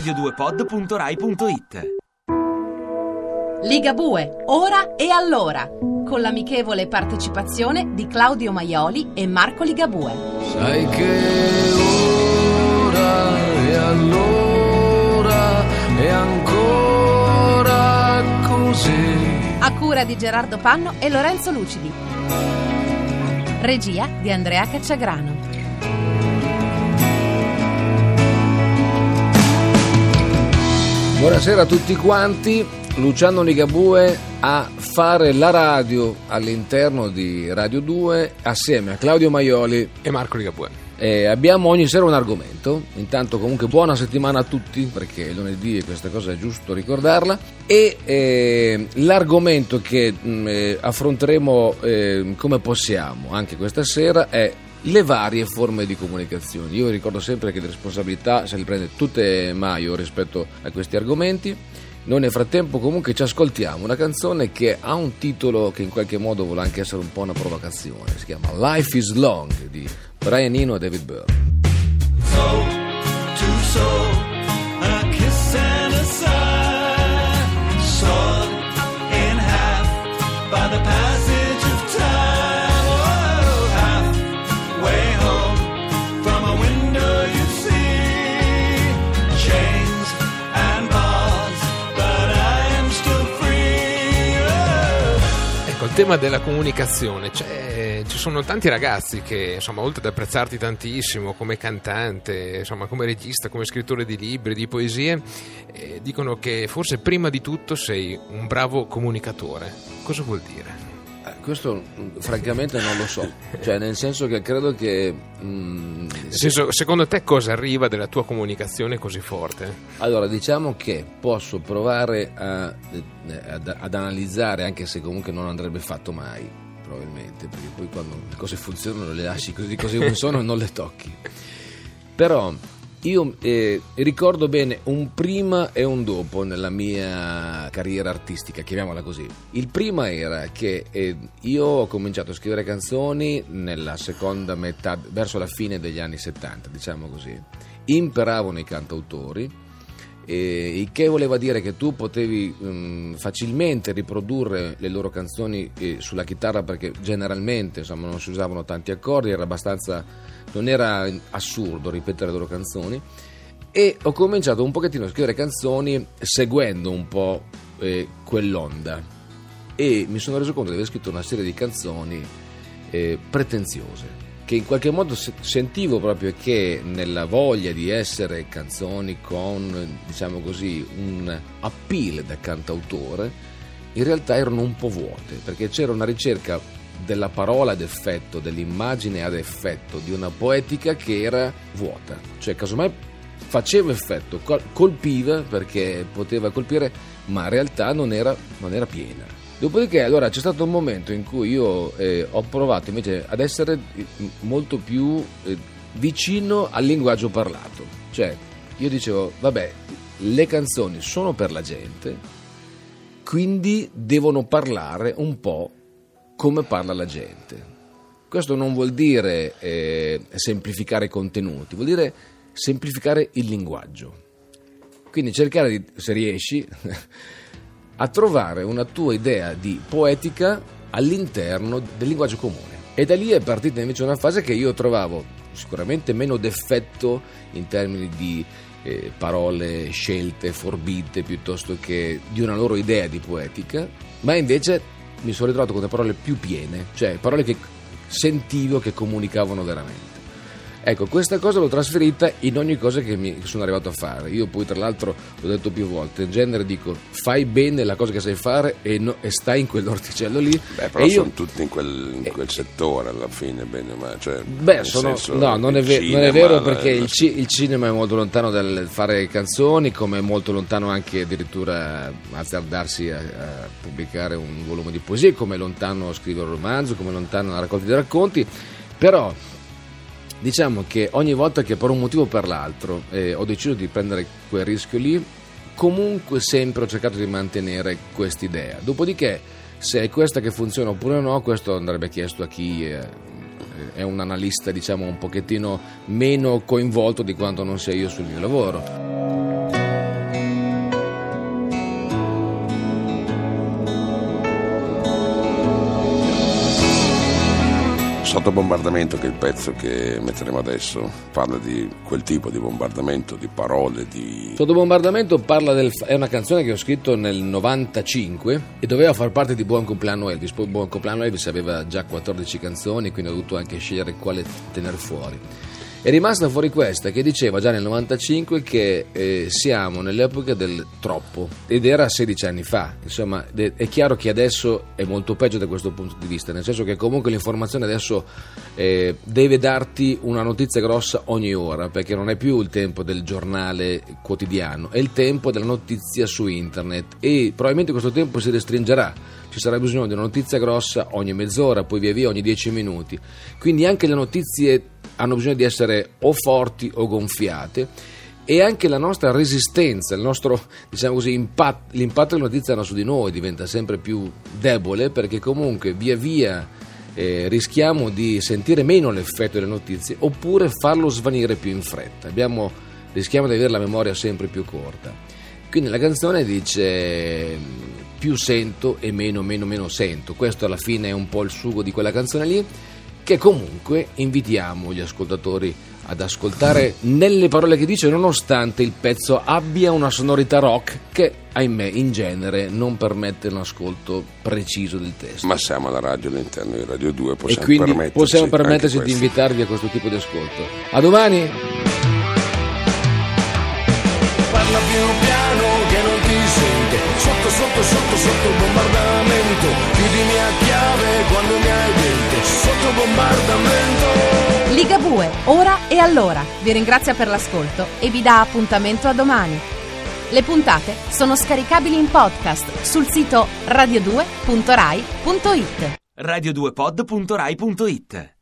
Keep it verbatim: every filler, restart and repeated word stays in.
radio due pod punto rai punto it. Ligabue, ora e allora, con l'amichevole partecipazione di Claudio Maioli e Marco Ligabue. Sai che ora e allora è ancora così. A cura di Gerardo Panno e Lorenzo Lucidi. Regia di Andrea Cacciagrano. Buonasera a tutti quanti. Luciano Ligabue a fare la radio all'interno di Radio due assieme a Claudio Maioli e Marco Ligabue. Eh, abbiamo ogni sera un argomento. Intanto comunque buona settimana a tutti, perché è lunedì e questa cosa è giusto ricordarla. E eh, l'argomento che mh, eh, affronteremo eh, come possiamo anche questa sera è le varie forme di comunicazione. Io ricordo sempre che le responsabilità se le prende tutte Maio rispetto a questi argomenti. Noi nel frattempo comunque ci ascoltiamo una canzone che ha un titolo che in qualche modo vuole anche essere un po' una provocazione. Si chiama Life is Long di Brian Eno e David Byrne. Soul to soul, a kiss and a sigh, sawed in half by the passage of time. Oh, halfway home from a window you see chains and bars, but I am still free. Oh. Ecco, il tema della comunicazione, c'è, ci sono tanti ragazzi che, insomma, oltre ad apprezzarti tantissimo come cantante, insomma, come regista, come scrittore di libri, di poesie, eh, dicono che forse prima di tutto sei un bravo comunicatore. Cosa vuol dire? Questo francamente non lo so, cioè nel senso che credo che mh, Nel senso, secondo te cosa arriva della tua comunicazione così forte? allora diciamo che posso provare a, ad, ad analizzare, anche se comunque non andrebbe fatto mai probabilmente, perché poi quando le cose funzionano le lasci così, così come sono e non le tocchi. Però io eh, ricordo bene un prima e un dopo nella mia carriera artistica, chiamiamola così. Il prima era che eh, io ho cominciato a scrivere canzoni nella seconda metà, verso la fine degli anni settanta, diciamo così. Imperavano i cantautori, eh, il che voleva dire che tu potevi mh, facilmente riprodurre le loro canzoni eh, sulla chitarra, perché generalmente, insomma, non si usavano tanti accordi, era abbastanza... non era assurdo ripetere le loro canzoni, e ho cominciato un pochettino a scrivere canzoni seguendo un po' eh, quell'onda, e mi sono reso conto di aver scritto una serie di canzoni eh, pretenziose, che in qualche modo se- sentivo proprio che nella voglia di essere canzoni con, diciamo così, un appeal da cantautore, in realtà erano un po' vuote, perché c'era una ricerca della parola ad effetto, dell'immagine ad effetto, di una poetica che era vuota, cioè casomai faceva effetto, col- colpiva perché poteva colpire, ma in realtà non era, non era piena. Dopodiché allora c'è stato un momento in cui io eh, ho provato invece ad essere molto più eh, vicino al linguaggio parlato, cioè io dicevo vabbè, le canzoni sono per la gente, quindi devono parlare un po' come parla la gente. Questo non vuol dire eh, semplificare i contenuti, vuol dire semplificare il linguaggio. Quindi cercare di, se riesci, a trovare una tua idea di poetica all'interno del linguaggio comune. E da lì è partita invece una fase che io trovavo sicuramente meno d'effetto in termini di eh, parole scelte, forbite, piuttosto che di una loro idea di poetica, ma invece mi sono ritrovato con le parole più piene, cioè parole che sentivo che comunicavano veramente. Ecco, questa cosa l'ho trasferita in ogni cosa che mi sono arrivato a fare. Io poi tra l'altro l'ho detto più volte, in genere dico fai bene la cosa che sai fare e, no, e stai in quell'orticello lì. Beh, però e sono io, tutti in quel, in quel settore alla fine, bene, ma cioè, beh, sono, senso, no, non è, ve- cinema, non è vero, la, perché la... il, ci- il cinema è molto lontano dal fare canzoni, come è molto lontano anche addirittura azzardarsi a, a pubblicare un volume di poesie, come è lontano scrivere un romanzo, come è lontano una raccolta di racconti. Però diciamo che ogni volta che per un motivo o per l'altro eh, ho deciso di prendere quel rischio lì, comunque sempre ho cercato di mantenere quest'idea. Dopodiché, se è questa che funziona oppure no, questo andrebbe chiesto a chi è, è un analista, diciamo, un pochettino meno coinvolto di quanto non sia io sul mio lavoro. Sotto bombardamento, che è il pezzo che metteremo adesso, parla di quel tipo di bombardamento, di parole, di... Sotto bombardamento parla del... è una canzone che ho scritto nel novantacinque e doveva far parte di Buon compleanno Elvis. Poi Buon compleanno Elvis aveva già quattordici canzoni, quindi ho dovuto anche scegliere quale tenere fuori. È rimasta fuori questa che diceva già nel novantacinque che eh, siamo nell'epoca del troppo, ed era sedici anni fa. Insomma, de- è chiaro che adesso è molto peggio da questo punto di vista, nel senso che comunque l'informazione adesso eh, deve darti una notizia grossa ogni ora, perché non è più il tempo del giornale quotidiano, è il tempo della notizia su internet, e probabilmente questo tempo si restringerà. Ci sarà bisogno di una notizia grossa ogni mezz'ora, poi via via ogni dieci minuti. Quindi anche le notizie hanno bisogno di essere o forti o gonfiate, e anche la nostra resistenza, il nostro, diciamo così, impatt- l'impatto delle notizie su di noi diventa sempre più debole, perché comunque via via eh, rischiamo di sentire meno l'effetto delle notizie, oppure farlo svanire più in fretta. Abbiamo, rischiamo di avere la memoria sempre più corta. Quindi la canzone dice: più sento e meno meno meno sento. Questo alla fine è un po' il sugo di quella canzone lì, che comunque invitiamo gli ascoltatori ad ascoltare nelle parole che dice, nonostante il pezzo abbia una sonorità rock che, ahimè, in genere non permette un ascolto preciso del testo. Ma siamo alla radio, all'interno di Radio due, possiamo e quindi permetterci possiamo permetterci anche di questo. invitarvi a questo tipo di ascolto. A domani! Parla più piano che non ti sento, sotto sotto sotto sotto il bombardamento, chiudimi a chiave quando mi hai detto, sotto bombardamento. Ligabue, ora e allora, vi ringrazia per l'ascolto e vi dà appuntamento a domani. Le puntate sono scaricabili in podcast sul sito radio due punto rai punto it. radio due pod punto rai punto it